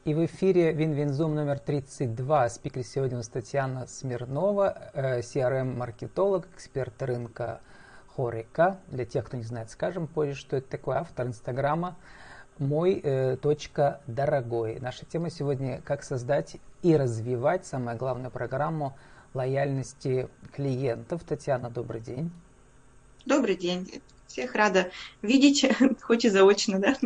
И в эфире Винвинзум номер 32. Спикер сегодня у нас Татьяна Смирнова, CRM-маркетолог, эксперт рынка Хорика. Для тех, кто не знает, скажем позже, что это такое. Автор Инстаграма мой.дорогой. Наша тема сегодня – как создать и развивать, самое главное, программу лояльности клиентов. Татьяна, добрый день. Добрый день. Всех рада видеть, хоть и заочно, да?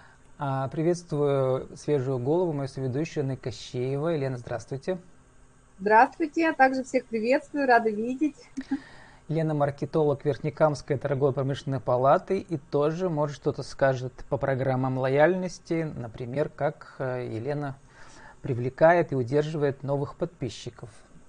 Приветствую свежую голову, мою соведущую Елена Кощеева. Елена, здравствуйте. Здравствуйте, я также всех приветствую, рада видеть. Елена маркетолог Верхнекамской торгово-промышленной палаты и тоже, может, что-то скажет по программам лояльности, например, как Елена привлекает и удерживает новых подписчиков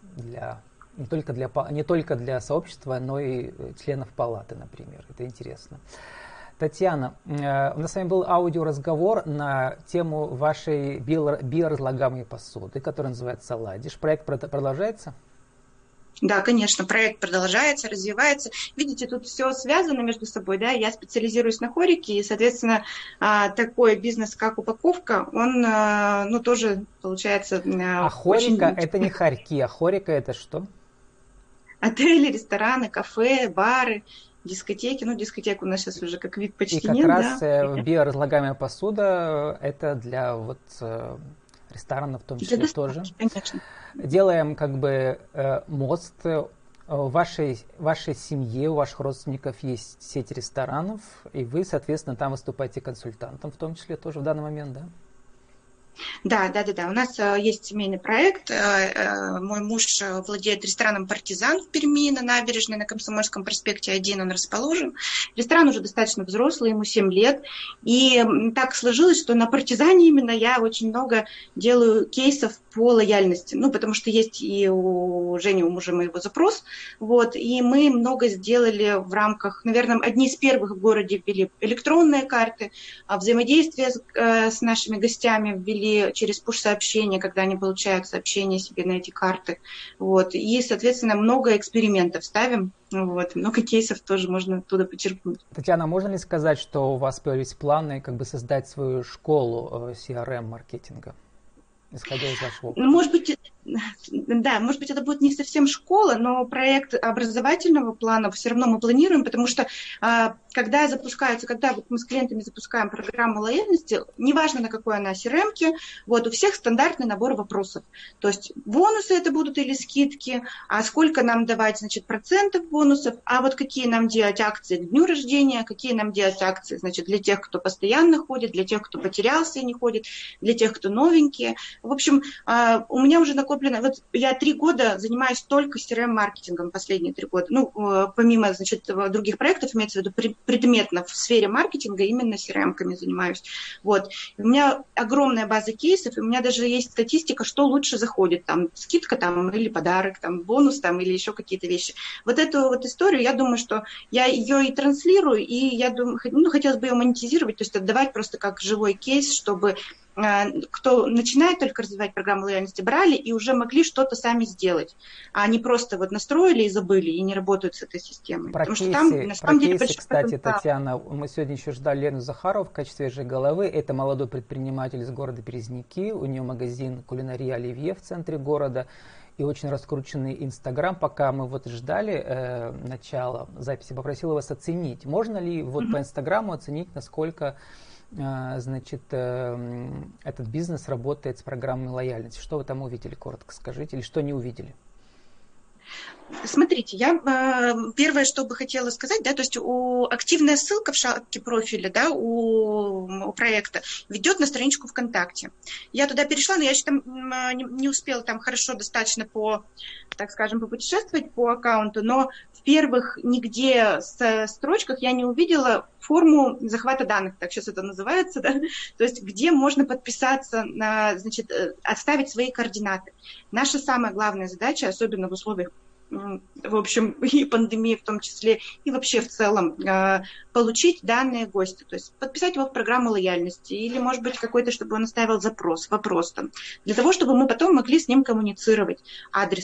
не только для сообщества, но и членов палаты, например. Это интересно. Татьяна, у нас с вами был аудиоразговор на тему вашей биоразлагаемой посуды, которая называется «Ладиш». Проект продолжается? Да, конечно, проект продолжается, развивается. Видите, тут все связано между собой, да, я специализируюсь на хорике, и, соответственно, такой бизнес, как упаковка, он, тоже получается... А хорика – это не хорьки, а хорика – это что? Отели, рестораны, кафе, бары, дискотеки. Дискотек у нас сейчас уже как вид почти нет. И как раз биоразлагаемая посуда – это для ресторанов в том числе тоже. Конечно. Делаем мост. В вашей семье, у ваших родственников есть сеть ресторанов, и вы, соответственно, там выступаете консультантом, в том числе тоже в данный момент, да? Да. У нас есть семейный проект. Мой муж владеет рестораном «Партизан» в Перми, на набережной, на Комсомольском проспекте 1 он расположен. Ресторан уже достаточно взрослый, ему 7 лет. И так сложилось, что на «Партизане» именно я очень много делаю кейсов по лояльности. Потому что есть и у Жени, у мужа моего, запрос. И мы много сделали в рамках, наверное, одни из первых в городе ввели электронные карты, взаимодействие с нашими гостями ввели через пуш-сообщения, когда они получают сообщения себе на эти карты. И, соответственно, много экспериментов ставим. Много кейсов тоже можно оттуда почерпнуть. Татьяна, можно ли сказать, что у вас появились планы создать свою школу CRM-маркетинга, исходя из вашего опыта? Может быть, это будет не совсем школа, но проект образовательного плана все равно мы планируем, потому что когда мы с клиентами запускаем программу лояльности, неважно, на какой она CRM-ке, у всех стандартный набор вопросов. То есть бонусы это будут или скидки, а сколько нам давать, процентов бонусов, а какие нам делать акции к дню рождения, какие нам делать акции, для тех, кто постоянно ходит, для тех, кто потерялся и не ходит, для тех, кто новенькие. В общем, у меня уже накоплено, я 3 года занимаюсь только CRM-маркетингом, последние 3 года. Помимо, других проектов, имеется в виду предметно в сфере маркетинга, именно CRM-ками занимаюсь. У меня огромная база кейсов, и у меня даже есть статистика, что лучше заходит, скидка или подарок, бонус, или еще какие-то вещи. Эту историю, я думаю, что я ее и транслирую, и я думаю, хотелось бы ее монетизировать, то есть отдавать просто как живой кейс, чтобы кто начинает только развивать программу лояльности, брали и уже могли что-то сами сделать, а не просто настроили и забыли, и не работают с этой системой. Про кейсы, кстати, Татьяна, мы сегодня еще ждали Лену Захарову в качестве свежей головы. Это молодой предприниматель из города Березники, у нее магазин «Кулинария Оливье» в центре города и очень раскрученный Инстаграм. Пока мы начала начала записи, попросила вас оценить. Можно ли по Инстаграму оценить, насколько этот бизнес работает с программой лояльности? Что вы там увидели, коротко скажите, или что не увидели? Смотрите, я первое, что бы хотела сказать, то есть активная ссылка в шапке профиля, у проекта ведет на страничку ВКонтакте. Я туда перешла, но я еще там не успела хорошо достаточно попутешествовать по аккаунту, но в первых нигде строчках я не увидела форму захвата данных, так сейчас это называется, то есть где можно подписаться, оставить свои координаты. Наша самая главная задача, особенно в условиях в общем, и пандемии в том числе, и вообще в целом, получить данные гостя, то есть подписать его в программу лояльности, или, может быть, какой-то, чтобы он оставил вопрос там, для того, чтобы мы потом могли с ним коммуницировать адресно.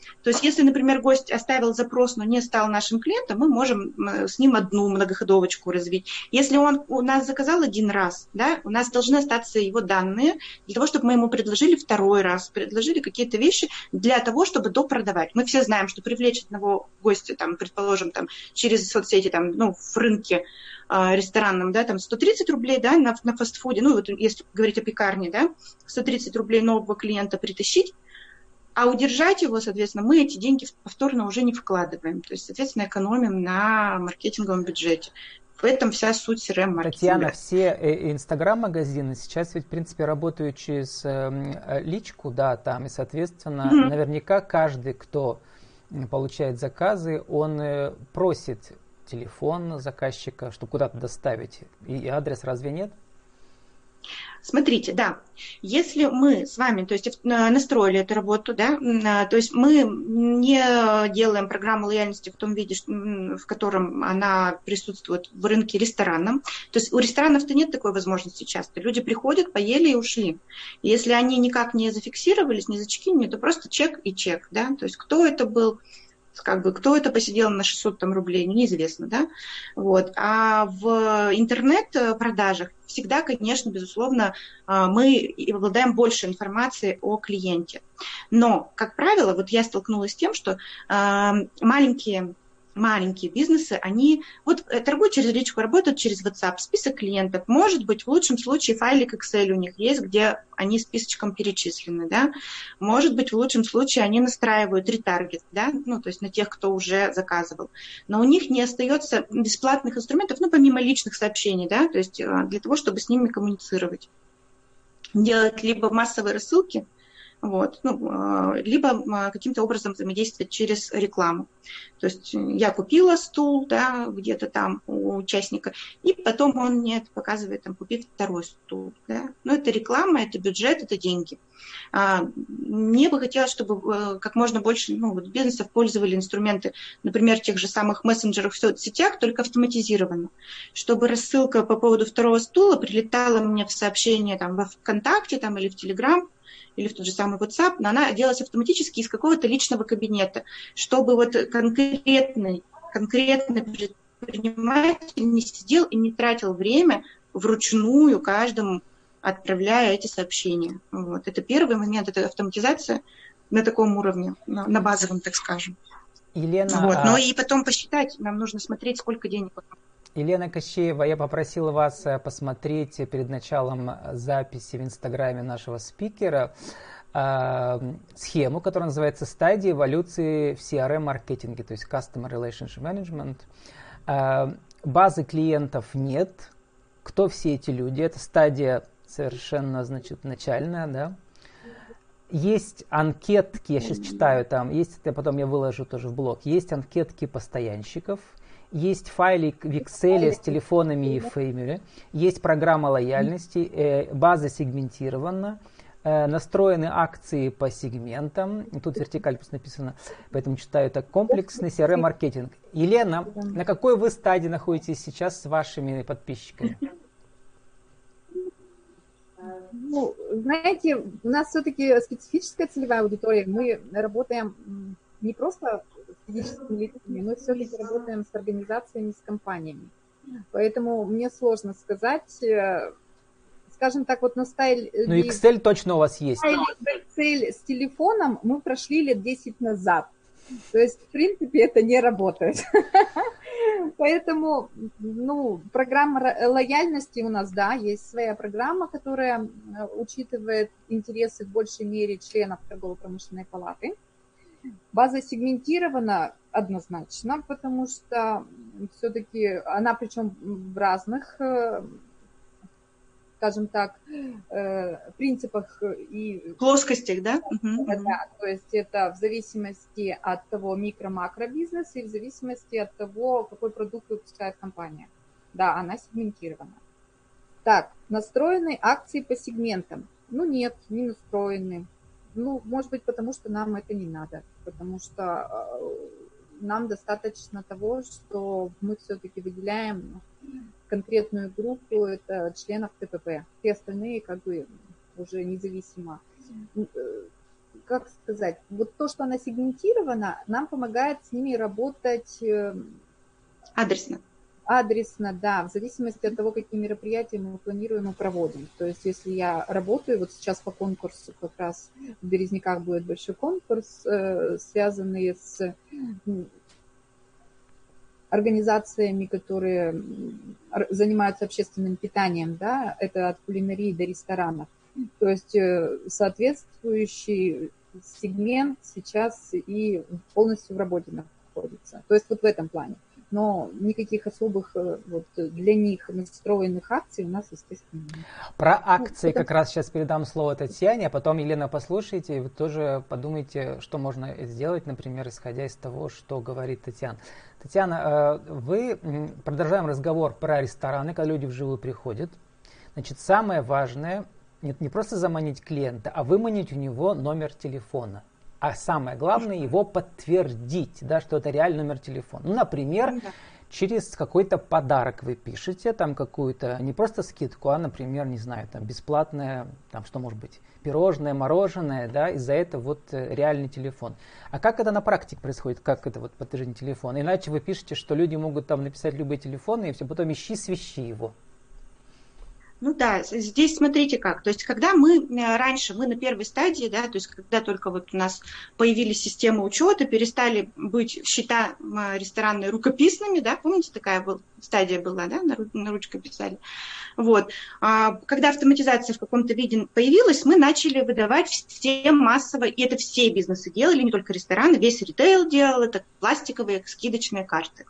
То есть, если, например, гость оставил запрос, но не стал нашим клиентом, мы можем с ним одну многоходовочку развить. Если он у нас заказал один раз, да, у нас должны остаться его данные для того, чтобы мы ему предложили второй раз, предложили какие-то вещи для того, чтобы допродавать. Мы все знаем, что привлечь одного гостя, там, предположим, там, через соцсети, там, ну, в рынке ресторанном, да, там 130 рублей, да, на фастфуде, ну, вот если говорить о пекарне, да, 130 рублей нового клиента притащить, а удержать его, соответственно, мы эти деньги повторно уже не вкладываем. То есть, соответственно, экономим на маркетинговом бюджете. В этом вся суть CRM-маркетинга. Татьяна, все Инстаграм-магазины сейчас ведь, в принципе, работают через личку, да, там, и, соответственно, наверняка каждый, кто получает заказы, он просит телефон заказчика, чтобы куда-то доставить. И адрес разве нет? Смотрите, да, если мы с вами, то есть настроили эту работу, да, то есть мы не делаем программу лояльности в том виде, в котором она присутствует в рынке ресторанном, то есть у ресторанов-то нет такой возможности часто. Люди приходят, поели и ушли. И если они никак не зафиксировались, не зачекинены, то просто чек и чек, да, то есть кто это был, как бы, кто это посидел на 600 там, рублей, неизвестно, да, вот. А в интернет-продажах всегда, конечно, безусловно, мы обладаем больше информацией о клиенте. Но, как правило, вот я столкнулась с тем, что маленькие бизнесы, они вот торгуют через личку, работают через WhatsApp, список клиентов. Может быть, в лучшем случае файлик Excel у них есть, где они списочком перечислены, да. Может быть, в лучшем случае они настраивают ретаргет, да, ну, то есть на тех, кто уже заказывал. Но у них не остается бесплатных инструментов, ну, помимо личных сообщений, да, то есть для того, чтобы с ними коммуницировать. Делать либо массовые рассылки, вот, ну, либо каким-то образом взаимодействовать через рекламу. То есть я купила стул, да, где-то там у участника, и потом он мне это показывает, там, купив второй стул. Да. Но это реклама, это бюджет, это деньги. Мне бы хотелось, чтобы как можно больше бизнесов пользовали инструменты, например, тех же самых мессенджеров в соцсетях, только автоматизированно. Чтобы рассылка по поводу второго стула прилетала мне в сообщение там, во ВКонтакте там, или в Телеграм, или в тот же самый WhatsApp, но она делалась автоматически из какого-то личного кабинета, чтобы вот конкретный предприниматель не сидел и не тратил время вручную каждому, отправляя эти сообщения. Вот. Это первый момент, это автоматизация на таком уровне, на базовом, так скажем. Елена, вот. Но и потом посчитать, нам нужно смотреть, сколько денег. Елена Кощеева, я попросила вас посмотреть перед началом записи в Инстаграме нашего спикера схему, которая называется «Стадии эволюции в CRM-маркетинге», то есть Customer Relationship Management. Базы клиентов нет. Кто все эти люди? Это стадия совершенно, значит, начальная, да. Есть анкетки, я сейчас читаю там, есть, потом я выложу тоже в блог, есть анкетки постоянщиков, есть файлик в Excel с телефонами и феймами, есть программа лояльности, база сегментирована, настроены акции по сегментам, тут вертикаль просто написано, поэтому читаю так, комплексный CRM-маркетинг. Елена, на какой вы стадии находитесь сейчас с вашими подписчиками? Ну, знаете, у нас все-таки специфическая целевая аудитория. Мы работаем не просто с физическими лицами, мы все-таки работаем с организациями, с компаниями. Поэтому мне сложно сказать, скажем так, вот на стайле... Ну, Excel точно у вас есть. Excel с телефоном мы прошли лет 10 назад. То есть, в принципе, это не работает. Поэтому, программа лояльности у нас, да, есть своя программа, которая учитывает интересы в большей мере членов торгово-промышленной палаты. База сегментирована однозначно, потому что все-таки она, причем в разных, скажем так, принципах и... плоскостях, да? Да, то есть это в зависимости от того микро-макро-бизнеса и в зависимости от того, какой продукт выпускает компания. Да, она сегментирована. Так, настроены акции по сегментам? Ну, нет, не настроены. Ну, может быть, потому что нам это не надо, потому что нам достаточно того, что мы все-таки выделяем конкретную группу, это членов ТПП. Все остальные как бы уже независимо. как сказать, вот то, что она сегментирована, нам помогает с ними работать адресно, да, в зависимости от того, какие мероприятия мы планируем и проводим. То есть, если я работаю, вот сейчас по конкурсу как раз в Березниках будет большой конкурс, связанный с организациями, которые занимаются общественным питанием, да, это от кулинарии до ресторанов. То есть соответствующий сегмент сейчас и полностью в работе находится. То есть вот в этом плане. Но никаких особых вот для них настроенных акций у нас, естественно, нет. Про акции как раз сейчас передам слово Татьяне, а потом, Елена, послушайте, и вы тоже подумайте, что можно сделать, например, исходя из того, что говорит Татьяна. Татьяна, вы, продолжаем разговор про рестораны, когда люди вживую приходят. Значит, самое важное, не просто заманить клиента, а выманить у него номер телефона. А самое главное, его подтвердить, да, что это реальный номер телефона. Ну, например, через какой-то подарок вы пишете, там какую-то, не просто скидку, а, например, не знаю, там бесплатное, там что может быть, пирожное, мороженое, да, и за это вот реальный телефон. А как это на практике происходит, как это вот подтверждение телефона? Иначе вы пишете, что люди могут там написать любые телефоны, и все, потом ищи, свищи его. Ну да, здесь смотрите как. То есть, когда мы раньше, мы на первой стадии, да, то есть, когда только вот у нас появились системы учета, перестали быть счета ресторанные рукописными, да, помните, такая стадия была, да, на ручкой писали. Вот. Когда автоматизация в каком-то виде появилась, мы начали выдавать всем массово, и это все бизнесы делали, не только рестораны, весь ритейл делал, это пластиковые скидочные карты.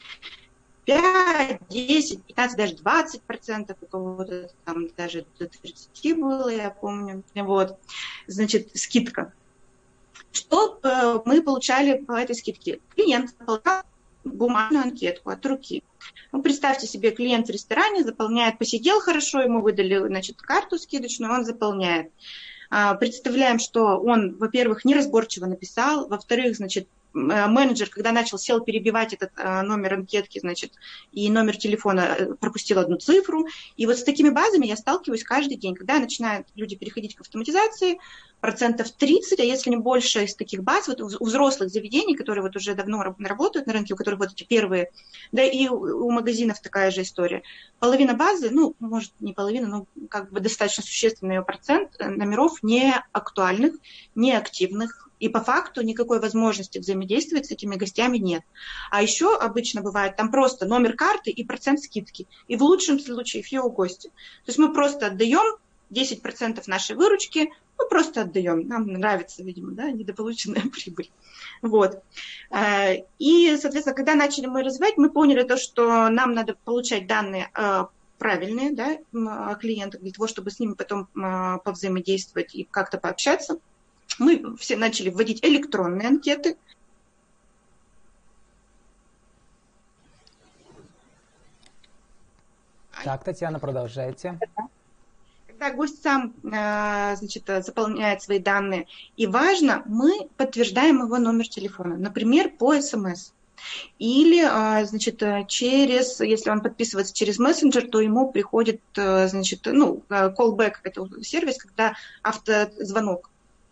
5, 10, 15, даже 20%, у кого-то там даже до 30 было, я помню. Вот, значит, скидка. Что мы получали по этой скидке? Клиент заполнял бумажную анкетку от руки. Ну, представьте себе, клиент в ресторане заполняет, посидел хорошо, ему выдали, значит, карту скидочную, он заполняет. Представляем, что он, во-первых, неразборчиво написал, во-вторых, значит, менеджер, когда сел перебивать этот номер анкетки, значит, и номер телефона, пропустил одну цифру. И вот с такими базами я сталкиваюсь каждый день. Когда начинают люди переходить к автоматизации, 30%, а если не больше из таких баз, вот у взрослых заведений, которые вот уже давно работают на рынке, у которых вот эти первые, да и у магазинов такая же история. Половина базы, ну, может, не половина, но как бы достаточно существенный процент номеров не актуальных, не активных, и по факту никакой возможности взаимодействовать с этими гостями нет. А еще обычно бывает там просто номер карты и процент скидки. И в лучшем случае фио гости. То есть мы просто отдаем 10% нашей выручки, мы просто отдаем. Нам нравится, видимо, да, недополученная прибыль. Вот. И, соответственно, когда начали мы развивать, мы поняли то, что нам надо получать данные правильные, да, о клиентах, для того, чтобы с ними потом повзаимодействовать и как-то пообщаться. Мы все начали вводить электронные анкеты. Так, Татьяна, продолжайте. Когда гость сам, значит, заполняет свои данные, и важно, мы подтверждаем его номер телефона, например, по СМС. Или, значит, если он подписывается через мессенджер, то ему приходит, значит, ну, callback, это сервис, когда автозвонок.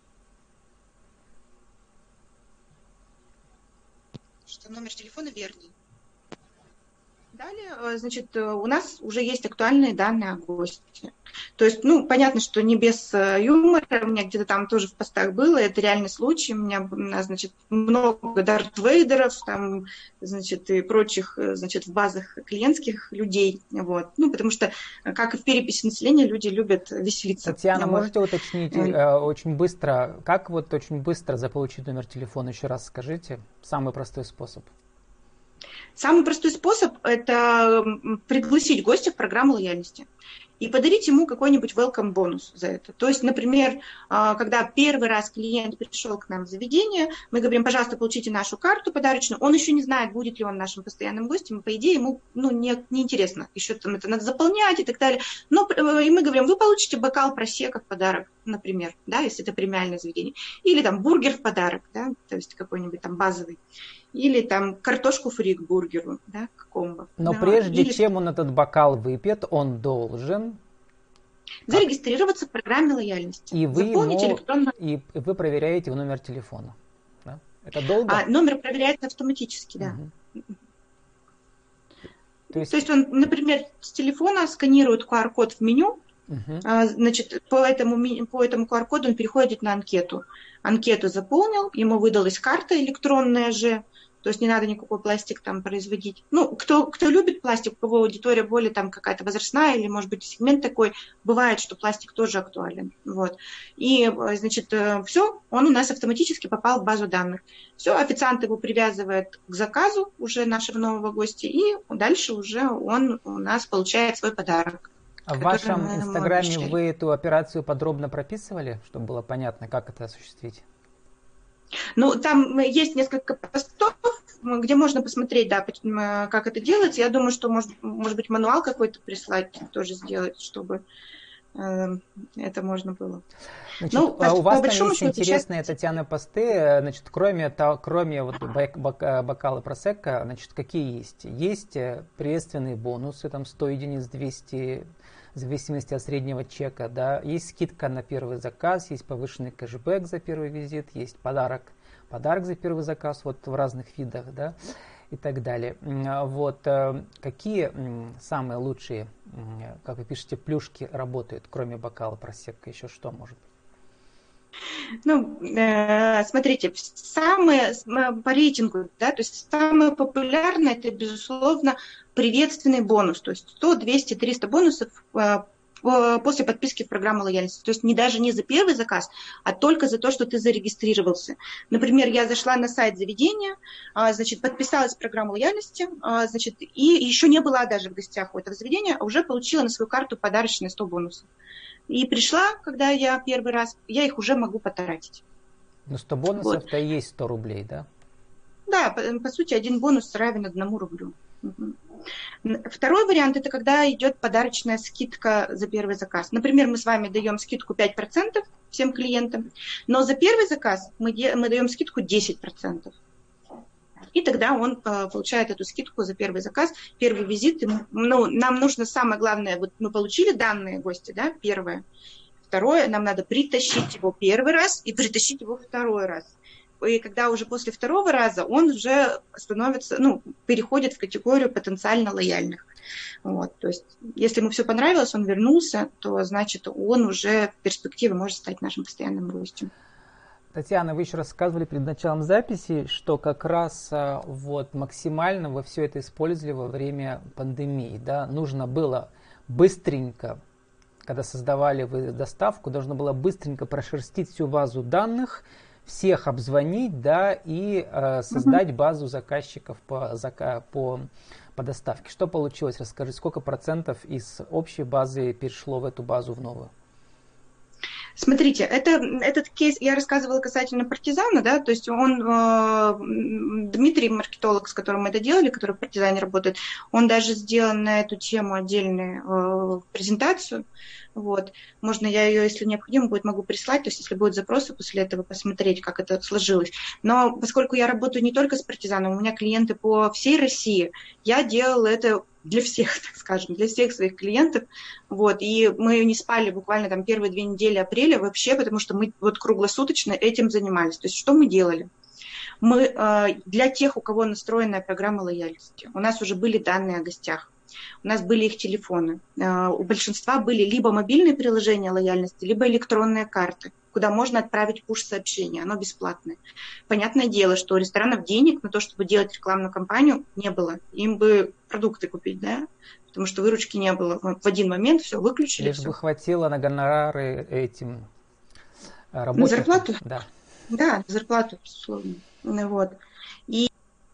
Что номер телефона верный. Далее, значит, у нас уже есть актуальные данные о госте. То есть, ну, понятно, что не без юмора, у меня где-то там тоже в постах было, это реальный случай, у меня, значит, много Дарт Вейдеров, там, значит, и прочих, значит, в базах клиентских людей, вот, ну, потому что, как и в переписи населения, люди любят веселиться. Татьяна, можете уточнить очень быстро, как вот очень быстро заполучить номер телефона, еще раз скажите, самый простой способ? Самый простой способ – это пригласить гостя в программу лояльности и подарить ему какой-нибудь welcome бонус за это. То есть, например, когда первый раз клиент пришел к нам в заведение, мы говорим, пожалуйста, получите нашу карту подарочную. Он еще не знает, будет ли он нашим постоянным гостем, и, по идее, ему неинтересно. Еще там это надо заполнять и так далее. Но и мы говорим, вы получите бокал просека в подарок, например, да, если это премиальное заведение. Или там бургер в подарок, да, то есть какой-нибудь там базовый. Или там картошку фри к бургеру, да, к комбо. Но да. прежде чем он этот бокал выпьет, он должен Зарегистрироваться в программе лояльности. И вы проверяете в номер телефона. Да? Это долго? Номер проверяется автоматически, да. Угу. То есть он, например, с телефона сканирует QR-код в меню, значит, по этому QR-коду он переходит на анкету. Анкету заполнил, ему выдалась карта электронная же, то есть не надо никакой пластик там производить. Ну, кто любит пластик, у кого аудитория более там какая-то возрастная или, может быть, сегмент такой, бывает, что пластик тоже актуален. Вот. И, значит, все, он у нас автоматически попал в базу данных. Все, официант его привязывает к заказу уже нашего нового гостя, и дальше уже он у нас получает свой подарок. А в вашем инстаграме вы эту операцию подробно прописывали, чтобы было понятно, как это осуществить? Ну, там есть несколько постов, где можно посмотреть, да, как это делается. Я думаю, что может быть мануал какой-то прислать, тоже сделать, чтобы это можно было. Значит, ну, у вас там есть интересные, Татьяна, посты. Значит, кроме вот бокала просекко, значит, какие есть? Есть приветственные бонусы, там 100 единиц, 200, в зависимости от среднего чека, да. Есть скидка на первый заказ, есть повышенный кэшбэк за первый визит, есть подарок за первый заказ, вот в разных видах, да, и так далее. Вот какие самые лучшие, как вы пишете, плюшки работают, кроме бокала просекко, еще что может быть? Ну, смотрите, самые по рейтингу, да, то есть самое популярное, это, безусловно, приветственный бонус, то есть 100, 200, 300 бонусов после подписки в программу лояльности. То есть даже не за первый заказ, а только за то, что ты зарегистрировался. Например, я зашла на сайт заведения, значит, подписалась в программу лояльности, значит, и еще не была даже в гостях у этого заведения, а уже получила на свою карту подарочные 100 бонусов. И пришла, когда я первый раз, я их уже могу потратить. Ну, 100 бонусов-то и есть 100 рублей, да? Да, по сути, один бонус равен 1 рублю. Второй вариант – это когда идет подарочная скидка за первый заказ. Например, мы с вами даем скидку 5% всем клиентам, но за первый заказ мы даем скидку 10%. И тогда он получает эту скидку за первый заказ, первый визит. Ну, нам нужно самое главное, вот мы получили данные гостя, да, первое. Второе, нам надо притащить его первый раз и притащить его второй раз. И когда уже после второго раза он уже становится, ну, переходит в категорию потенциально лояльных. Вот, то есть, если ему все понравилось, он вернулся, то значит, он уже в перспективе может стать нашим постоянным гостем. Татьяна, вы еще рассказывали перед началом записи, что как раз вот максимально вы все это использовали во время пандемии. Да? Нужно было быстренько, когда создавали вы доставку, нужно было быстренько прошерстить всю базу данных, всех обзвонить, да, и создать базу заказчиков по доставке. Что получилось? Расскажите, сколько процентов из общей базы перешло в эту базу в новую? Смотрите, этот кейс я рассказывала касательно партизана, да, то есть он, Дмитрий, маркетолог, с которым мы это делали, который в партизане работает, он даже сделал на эту тему отдельную презентацию. Вот. Можно я ее, если необходимо будет, могу прислать, то есть если будут запросы, после этого посмотреть, как это сложилось. Но поскольку я работаю не только с партизаном, у меня клиенты по всей России, я делала это для всех, так скажем, для всех своих клиентов. Вот. И мы не спали буквально там первые 2 недели апреля вообще, потому что мы вот круглосуточно этим занимались. То есть что мы делали? Мы для тех, у кого настроенная программа лояльности, у нас уже были данные о гостях. У нас были их телефоны. У большинства были либо мобильные приложения лояльности, либо электронные карты, куда можно отправить пуш-сообщение. Оно бесплатное. Понятное дело, что у ресторанов денег на то, чтобы делать рекламную кампанию, не было. Им бы продукты купить, да? Потому что выручки не было. В один момент все выключили. Лишь бы хватило на гонорары этим работникам. На зарплату? Да. Да, на зарплату, безусловно. Вот. И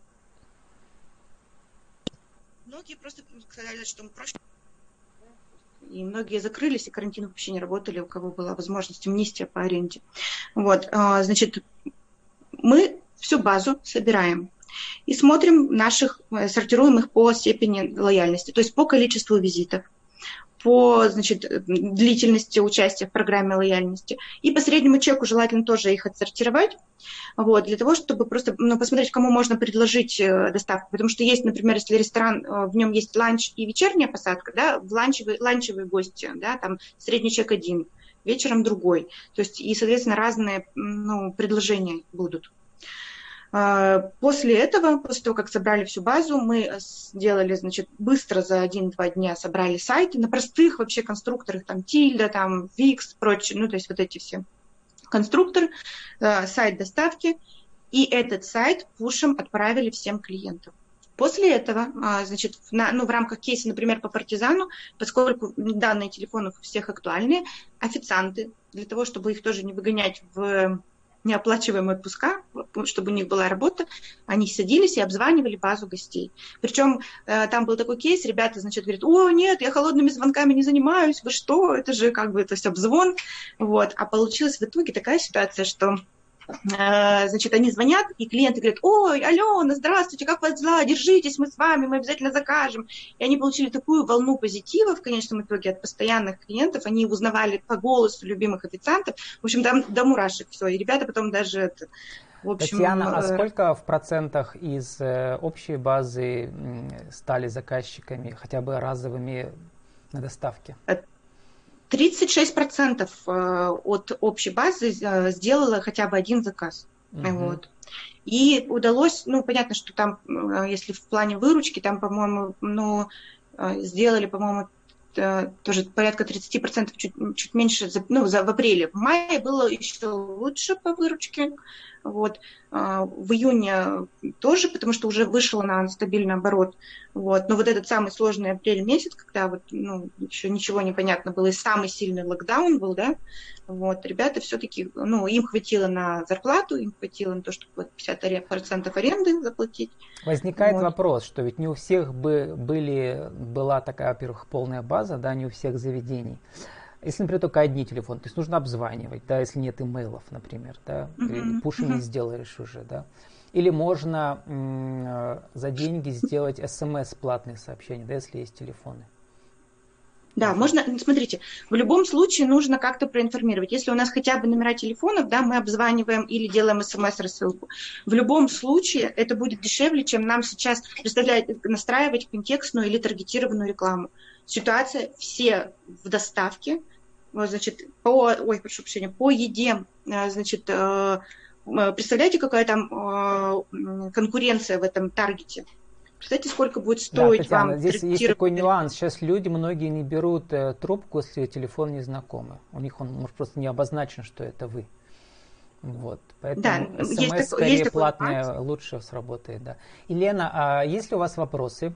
многие просто сказали, что мы проще. И многие закрылись, и карантин вообще не работали, у кого была возможность амнистия по аренде. Вот, значит, мы всю базу собираем и смотрим сортируем их по степени лояльности, то есть по количеству визитов, по, значит, длительности участия в программе лояльности. И по среднему чеку желательно тоже их отсортировать, вот, для того, чтобы просто посмотреть, кому можно предложить доставку. Потому что есть, например, если ресторан, в нем есть ланч и вечерняя посадка, да, в ланчевые гости, да, там средний чек один, вечером другой. То есть, и, соответственно, разные предложения будут. После этого, после того, как собрали всю базу, мы сделали, значит, быстро за 1-2 дня собрали сайты на простых вообще конструкторах, там, Tilda, там, Wix, прочее, то есть вот эти все конструкторы, сайт доставки, и этот сайт пушем отправили всем клиентам. После этого, значит, в рамках кейса, например, по партизану, поскольку данные телефонов у всех актуальные, официанты, для того, чтобы их тоже не выгонять в неоплачиваемые отпуска, чтобы у них была работа, они садились и обзванивали базу гостей. Причем там был такой кейс, ребята, значит, говорят: о, нет, я холодными звонками не занимаюсь, вы что, это же как бы, то есть обзвон. Вот. А получилась в итоге такая ситуация, что значит, они звонят, и клиенты говорят: ой, Алена, здравствуйте, как у вас дела, держитесь, мы с вами, мы обязательно закажем. И они получили такую волну позитива в конечном итоге от постоянных клиентов, они узнавали по голосу любимых официантов, в общем, до мурашек все, и ребята потом даже в общем... Татьяна, а сколько в процентах из общей базы стали заказчиками, хотя бы разовыми на доставке? 36% от общей базы сделала хотя бы один заказ. Вот. И удалось, понятно, что там, если в плане выручки, там, по-моему, сделали, по-моему, тоже порядка 30%, чуть меньше, в апреле. В мае было еще лучше по выручке. Вот. В июне тоже, потому что уже вышел на стабильный оборот. Вот. Но вот этот самый сложный апрель месяц, когда еще ничего не понятно было, и самый сильный локдаун был, да, вот, ребята все-таки, им хватило на зарплату, им хватило на то, чтобы 50% аренды заплатить. Возникает вопрос, что ведь не у всех была такая, во-первых, полная база, да, не у всех заведений. Если, например, только одни телефоны, то есть нужно обзванивать, да, если нет имейлов, например, да, пуши не сделаешь уже, да. Или можно за деньги сделать смс-платные сообщения, да, если есть телефоны. Да, можно, смотрите, в любом случае нужно как-то проинформировать. Если у нас хотя бы номера телефонов, да, мы обзваниваем или делаем смс-рассылку. В любом случае это будет дешевле, чем нам сейчас настраивать контекстную или таргетированную рекламу. Ситуация все в доставке, значит, по еде, значит, представляете, какая там конкуренция в этом таргете? Представляете, сколько будет стоить, да, Татьяна, вам? Здесь есть такой нюанс. Сейчас многие не берут трубку, если телефон незнакомый. У них он может просто не обозначен, что это вы. Вот. Поэтому да, смс скорее платная лучше сработает. Да. Елена, а есть ли у вас вопросы?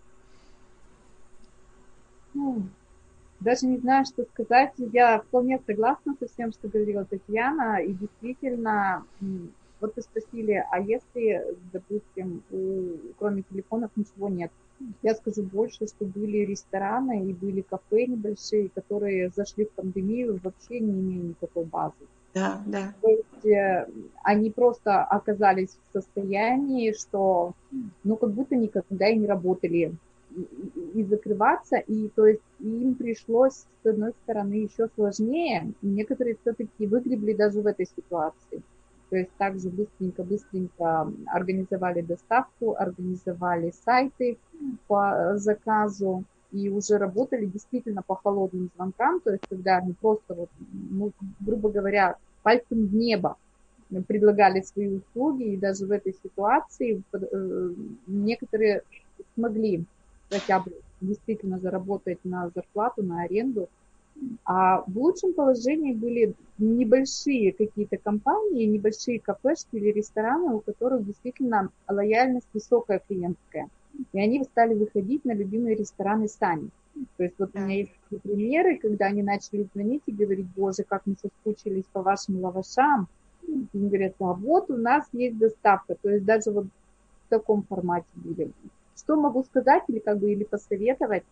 Даже не знаю, что сказать. Я вполне согласна со всем, что говорила Татьяна. И действительно, вот вы спросили, а если, допустим, кроме телефонов ничего нет? Я скажу больше, что были рестораны и были кафе небольшие, которые зашли в пандемию, вообще не имея никакой базы. Да, да. То есть они просто оказались в состоянии, что, как будто никогда и не работали, и закрываться, и то есть им пришлось, с одной стороны, еще сложнее, и некоторые все-таки выгребли даже в этой ситуации. То есть также быстренько организовали доставку, организовали сайты по заказу и уже работали действительно по холодным звонкам, то есть когда они просто, грубо говоря, пальцем в небо предлагали свои услуги, и даже в этой ситуации некоторые смогли хотя бы действительно заработать на зарплату, на аренду. А в лучшем положении были небольшие какие-то компании, небольшие кафешки или рестораны, у которых действительно лояльность высокая клиентская. И они стали выходить на любимые рестораны сами. То есть у меня есть примеры, когда они начали звонить и говорить: боже, как мы соскучились по вашим лавашам. И говорят: а вот у нас есть доставка. То есть даже в таком формате были. Что могу сказать или посоветовать?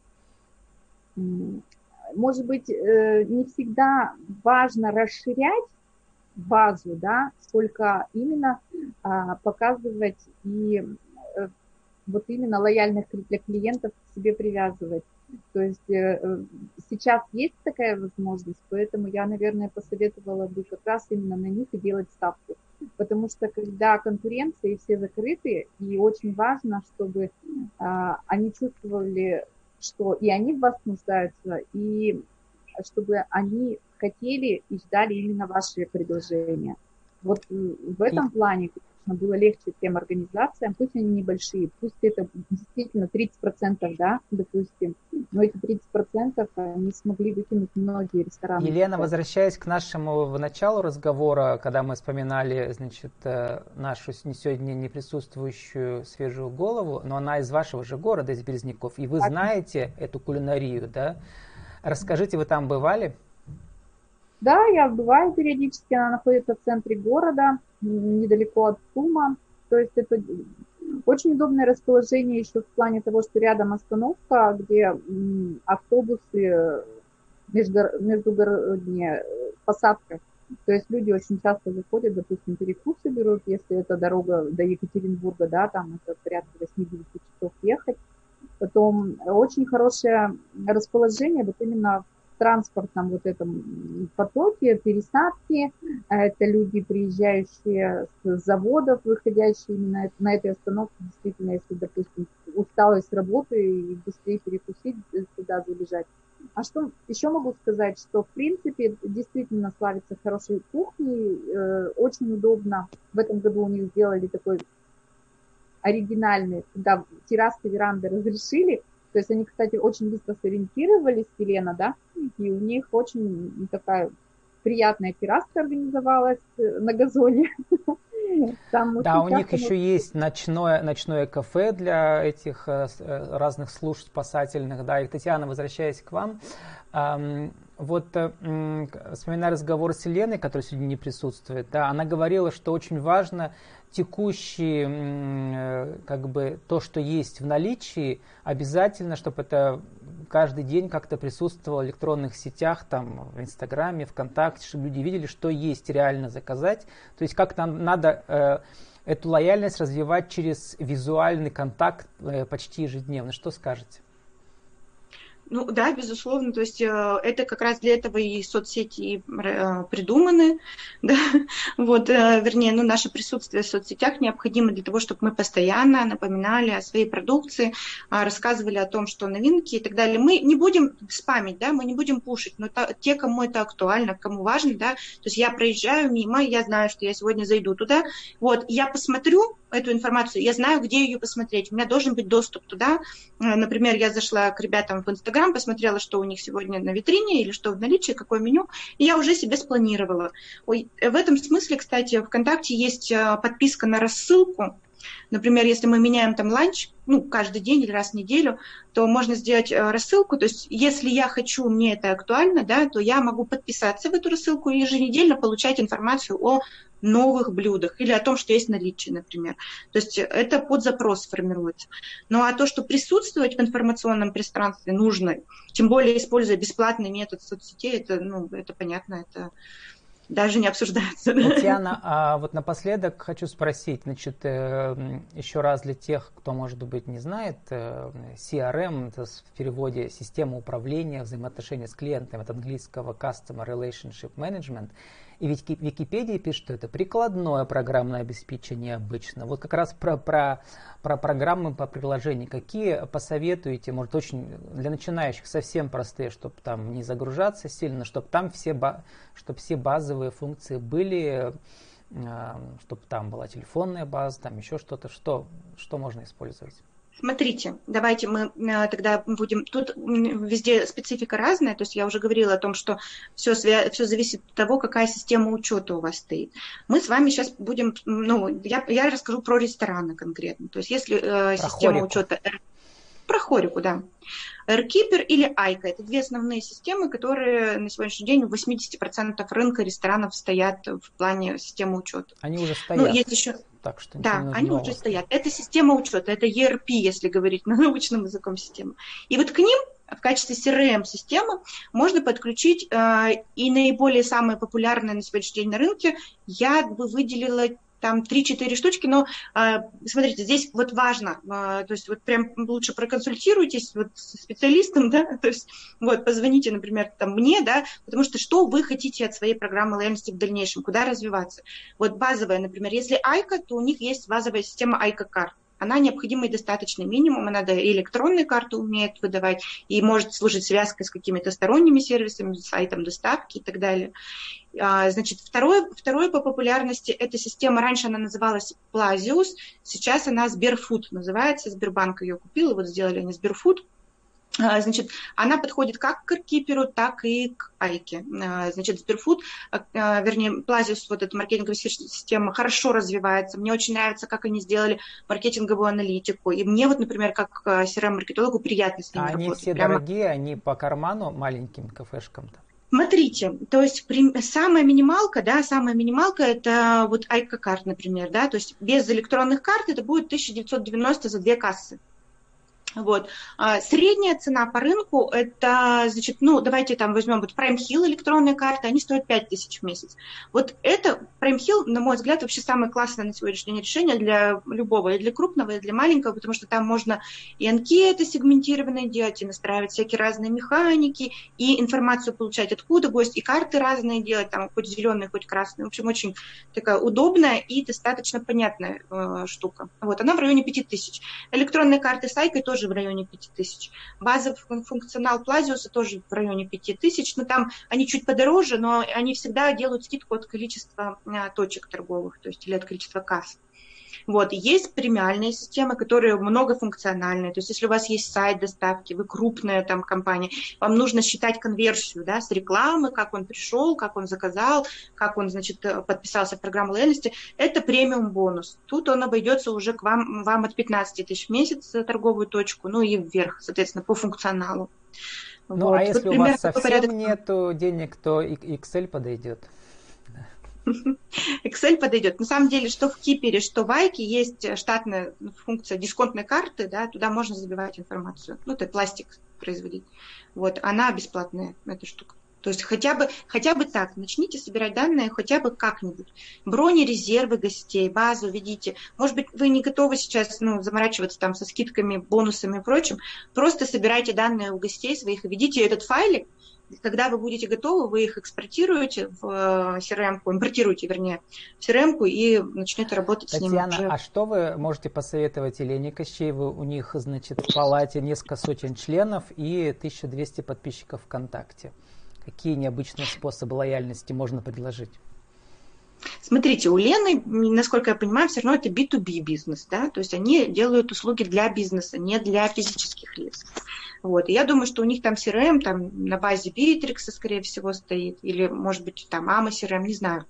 Может быть, не всегда важно расширять базу, да, сколько именно показывать и именно лояльных для клиентов к себе привязывать. То есть сейчас есть такая возможность, поэтому я, наверное, посоветовала бы как раз именно на них и делать ставку. Потому что когда конкуренция и все закрыты, и очень важно, чтобы они чувствовали, что и они в вас нуждаются, и чтобы они хотели и ждали именно ваши предложения. Вот в этом плане, конечно, было легче тем организациям, пусть они небольшие, пусть это действительно 30%, да, допустим, но эти 30% они смогли выкинуть многие рестораны. Елена, возвращаясь к нашему началу разговора, когда мы вспоминали, значит, нашу сегодня не присутствующую свежую голову, но она из вашего же города, из Березников, и вы знаете эту кулинарию, да? Расскажите, вы там бывали? Да, я бываю периодически, она находится в центре города, недалеко от ЦУМа. То есть это очень удобное расположение еще в плане того, что рядом остановка, где автобусы, междугородние, посадка. То есть люди очень часто заходят, допустим, перекусы берут, если это дорога до Екатеринбурга, да, там это порядка 8-9 часов ехать. Потом очень хорошее расположение вот именно в транспортном вот этом потоке, пересадки. Это люди, приезжающие с заводов, выходящие именно на этой остановке. Действительно, если, допустим, усталость с работы и быстрее перекусить, сюда забежать. А что еще могу сказать, что в принципе действительно славится хорошей кухней, очень удобно. В этом году у них сделали такой оригинальный, когда террасы, веранды разрешили. То есть они, кстати, очень быстро сориентировались, Елена, да, и у них очень такая приятная терраска организовалась на газоне. Там да, у них еще есть ночное кафе для этих разных служб спасательных. Да, и, Татьяна, возвращаясь к вам, вот вспоминая разговор с Еленой, которая сегодня не присутствует, да, она говорила, что очень важно текущие, как бы, то, что есть в наличии, обязательно, чтобы это каждый день как-то присутствовало в электронных сетях, там, в Инстаграме, ВКонтакте, чтобы люди видели, что есть реально заказать. То есть как-то надо эту лояльность развивать через визуальный контакт почти ежедневно. Что скажете? Ну да, безусловно, то есть это как раз для этого и соцсети придуманы, да, вот, вернее, ну, наше присутствие в соцсетях необходимо для того, чтобы мы постоянно напоминали о своей продукции, рассказывали о том, что новинки и так далее. Мы не будем спамить, да, мы не будем пушить, но те, кому это актуально, кому важно, да, то есть я проезжаю мимо, я знаю, что я сегодня зайду туда, вот, я посмотрю эту информацию, я знаю, где ее посмотреть, у меня должен быть доступ туда, например, я зашла к ребятам в Инстаграм, посмотрела, что у них сегодня на витрине или что в наличии, какое меню, и я уже себе спланировала. В этом смысле, кстати, ВКонтакте есть подписка на рассылку. Например, если мы меняем там ланч, ну, каждый день или раз в неделю, то можно сделать рассылку. То есть, если я хочу, мне это актуально, да, то я могу подписаться в эту рассылку и еженедельно получать информацию о новых блюдах или о том, что есть в наличии, например. То есть это под запрос формируется. Ну а то, что присутствовать в информационном пространстве нужно, тем более используя бесплатный метод соцсетей, это, ну, это понятно, это даже не обсуждается. Татьяна, а вот напоследок хочу спросить, значит, еще раз для тех, кто, может быть, не знает, CRM, это в переводе система управления взаимоотношений с клиентом, от английского Customer Relationship Management. И ведь Википедия пишет, что это прикладное программное обеспечение обычно. Вот как раз про программы по приложению. Какие посоветуете, может, очень для начинающих совсем простые, чтобы там не загружаться сильно, чтобы там все базовые функции были, чтобы там была телефонная база, там еще что-то, что можно использовать? Смотрите, давайте мы тогда будем... Тут везде специфика разная, то есть я уже говорила о том, что все зависит от того, какая система учета у вас стоит. Мы с вами сейчас будем... Ну, я расскажу про рестораны конкретно. То есть если система учета... Про Хорику, да. AirKeeper или Айка – это две основные системы, которые на сегодняшний день у 80% рынка ресторанов стоят в плане системы учета. Они уже стоят. Ну, есть еще... Так что да, они уже стоят. Это система учета, это ERP, если говорить научным языком системы. И вот к ним в качестве CRM-системы можно подключить и наиболее самые популярные на сегодняшний день на рынке. Я бы выделила там 3-4 штучки, но смотрите, здесь вот важно, то есть вот прям лучше проконсультируйтесь вот с специалистом, да, то есть вот позвоните, например, там мне, да, потому что что вы хотите от своей программы лояльности в дальнейшем, куда развиваться. Вот базовая, например, если Айка, то у них есть базовая система Айка-карт. Она необходимый достаточный минимум, она и электронные карты умеет выдавать, и может служить связкой с какими-то сторонними сервисами, сайтом доставки и так далее. Значит, второе по популярности, эта система, раньше она называлась Plazius, сейчас она Сберфуд называется, Сбербанк ее купил, и вот сделали они Сберфуд. Значит, она подходит как к Аркиперу, так и к Айке. Значит, Сберфуд, вернее, Plazius, вот эта маркетинговая система, хорошо развивается. Мне очень нравится, как они сделали маркетинговую аналитику. И мне вот, например, как CRM-маркетологу приятно с ними работать. Они все дорогие, они по карману маленьким кафешкам-то? Смотрите, то есть самая минималка это вот Айка-карт, например, да, то есть без электронных карт это будет 1990 за 2 кассы. Вот. Средняя цена по рынку, это, значит, давайте там возьмем вот Prime Hill электронные карты, они стоят 5000 в месяц. Вот это Prime Hill, на мой взгляд, вообще самое классное на сегодняшний день решение для любого, и для крупного, и для маленького, потому что там можно и анкеты сегментированные делать, и настраивать всякие разные механики, и информацию получать, откуда гость, и карты разные делать, там хоть зеленые, хоть красные. В общем, очень такая удобная и достаточно понятная штука. Вот, она в районе 5000. Электронные карты с Айкой тоже в районе 5000. Базовый функционал Plazius тоже в районе 5000. Но там они чуть подороже, но они всегда делают скидку от количества точек торговых, то есть или от количества касс. Вот. Есть премиальные системы, которые многофункциональные. То есть если у вас есть сайт доставки, вы крупная там компания, вам нужно считать конверсию, да, с рекламы, как он пришел, как он заказал, как он, значит, подписался в программу лояльности. Это премиум-бонус. Тут он обойдется уже к вам от 15 тысяч в месяц за торговую точку, ну и вверх, соответственно, по функционалу. Ну, вот. А если у вас совсем нету денег, то Excel подойдет. Excel подойдет. На самом деле, что в Кипере, что в Айке есть штатная функция дисконтной карты, да, туда можно забивать информацию. Ну, это пластик производить. Вот, она бесплатная, эта штука. То есть хотя бы так, начните собирать данные хотя бы как-нибудь. Брони, резервы гостей, базу ведите. Может быть, вы не готовы сейчас заморачиваться там со скидками, бонусами и прочим. Просто собирайте данные у гостей своих и ведите этот файлик. Когда вы будете готовы, вы их экспортируете в CRM-ку, импортируете, вернее, в CRM-ку и начнете работать с ними. Татьяна, а что вы можете посоветовать Елене Кощеевой? У них, значит, в палате несколько сотен членов и 1200 подписчиков ВКонтакте. Какие необычные способы лояльности можно предложить? Смотрите, у Лены, насколько я понимаю, все равно это B2B бизнес, да, то есть они делают услуги для бизнеса, не для физических лиц. Вот. И я думаю, что у них там CRM там, на базе Bittrex, скорее всего, стоит, или, может быть, там AMA CRM, не знаю.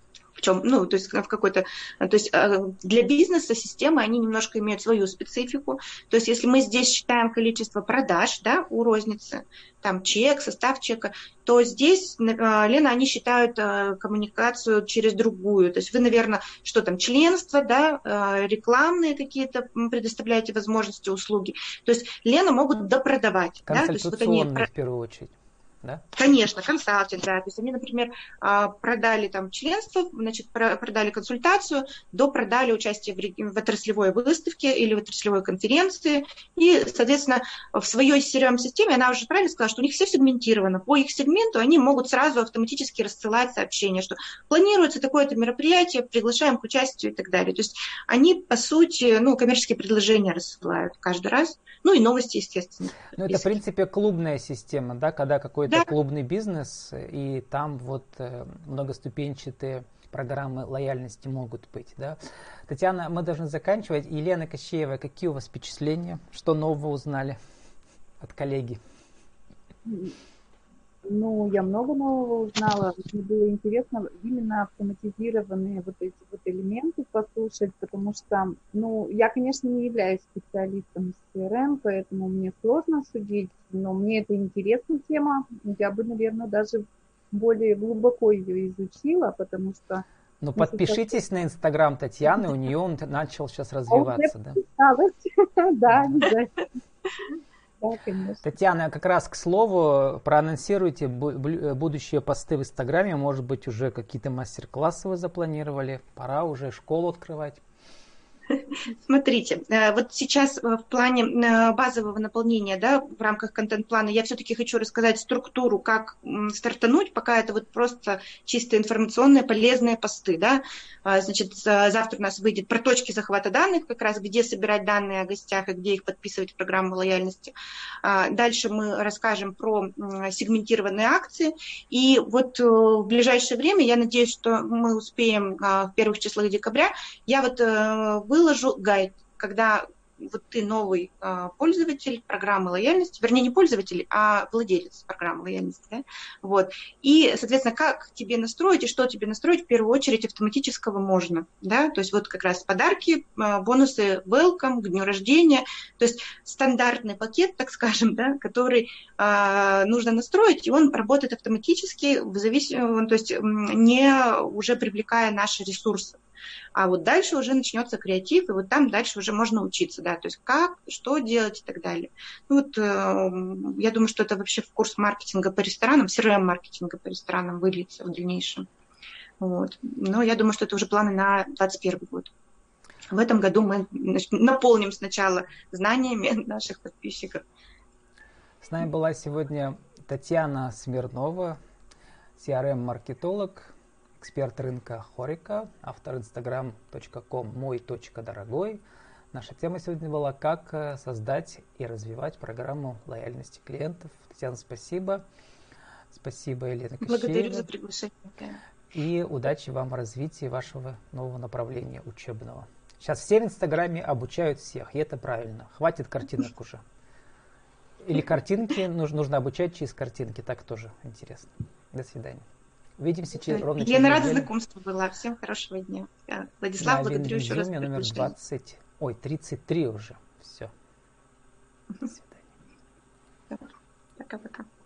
В чем, то есть в какой-то, то есть для бизнеса системы они немножко имеют свою специфику. То есть если мы здесь считаем количество продаж, да, у розницы, там чек, состав чека, то здесь, Лена, они считают коммуникацию через другую. То есть вы, наверное, что там, членство, да, рекламные какие-то предоставляете возможности, услуги. То есть Лена могут допродавать. Консультационные, да? То есть вот они, в первую очередь. Да? Конечно, консалтинг, да. То есть они, например, продали там членство, значит, продали консультацию, допродали участие в отраслевой выставке или в отраслевой конференции. И, соответственно, в своей CRM-системе, она уже правильно сказала, что у них все сегментировано. По их сегменту они могут сразу автоматически рассылать сообщения, что планируется такое-то мероприятие, приглашаем к участию и так далее. То есть они, по сути, коммерческие предложения рассылают каждый раз. Ну и новости, естественно. Ну, это, в принципе, клубная система, да, когда какой-то клубный бизнес, и там вот многоступенчатые программы лояльности могут быть, да. Татьяна, мы должны заканчивать. Елена Кощеева, какие у вас впечатления? Что нового узнали от коллеги? Я много нового узнала. Мне было интересно именно автоматизированные вот эти вот элементы послушать, потому что, я, конечно, не являюсь специалистом с CRM, поэтому мне сложно судить, но мне это интересная тема. Я бы, наверное, даже более глубоко ее изучила, потому что... подпишитесь на Инстаграм Татьяны, у нее он начал сейчас развиваться, да? Да, обязательно. Да, конечно. Татьяна, как раз к слову, проанонсируйте будущие посты в Инстаграме. Может быть, уже какие-то мастер-классы вы запланировали. Пора уже школу открывать. Смотрите, вот сейчас в плане базового наполнения, да, в рамках контент-плана, я все-таки хочу рассказать структуру, как стартануть, пока это вот просто чисто информационные, полезные посты, да. Значит, завтра у нас выйдет про точки захвата данных, как раз где собирать данные о гостях и где их подписывать в программу лояльности. Дальше мы расскажем про сегментированные акции, и вот в ближайшее время, я надеюсь, что мы успеем в первых числах декабря, я вот выложу гайд, когда вот ты новый пользователь программы лояльности, вернее, не пользователь, а владелец программы лояльности, да? Вот. И, соответственно, как тебе настроить и что тебе настроить, в первую очередь автоматического можно, да, то есть вот как раз подарки, бонусы welcome, к дню рождения, то есть стандартный пакет, так скажем, да, который нужно настроить, и он работает автоматически, то есть не уже привлекая наши ресурсы. А вот дальше уже начнется креатив, и вот там дальше уже можно учиться, да, то есть как, что делать и так далее. Ну, вот я думаю, что это вообще в курс маркетинга по ресторанам, CRM-маркетинга по ресторанам выльется в дальнейшем. Вот. Но я думаю, что это уже планы на 2021 год. В этом году мы наполним сначала знаниями наших подписчиков. С нами была сегодня Татьяна Смирнова, CRM-маркетолог, эксперт рынка Хорика, автор instagram.com мой.дорогой. Наша тема сегодня была «Как создать и развивать программу лояльности клиентов». Татьяна, спасибо. Спасибо, Елена Кощеева. Благодарю за приглашение. И удачи вам в развитии вашего нового направления учебного. Сейчас все в Инстаграме обучают всех, и это правильно. Хватит картинок уже. Или картинки, нужно обучать через картинки, так тоже интересно. До свидания. Увидимся ровно через Елена, неделю. рада знакомству была. Всем хорошего дня. Владислав, благодарю еще раз. Номер 33 уже. Все. До свидания. Пока-пока.